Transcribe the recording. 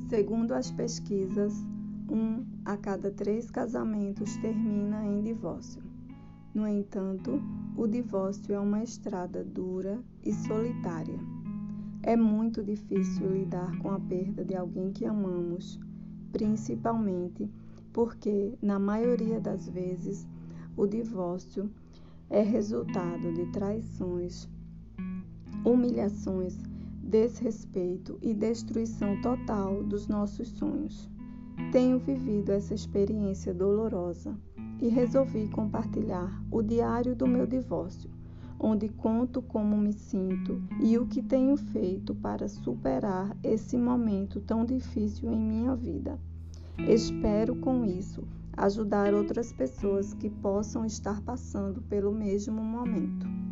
Segundo as pesquisas, 1 a cada 3 casamentos termina em divórcio. No entanto, o divórcio é uma estrada dura e solitária. É muito difícil lidar com a perda de alguém que amamos, principalmente porque, na maioria das vezes, o divórcio é resultado de traições, humilhações, desrespeito e destruição total dos nossos sonhos. Tenho vivido essa experiência dolorosa e resolvi compartilhar o diário do meu divórcio, onde conto como me sinto e o que tenho feito para superar esse momento tão difícil em minha vida. Espero, com isso, ajudar outras pessoas que possam estar passando pelo mesmo momento.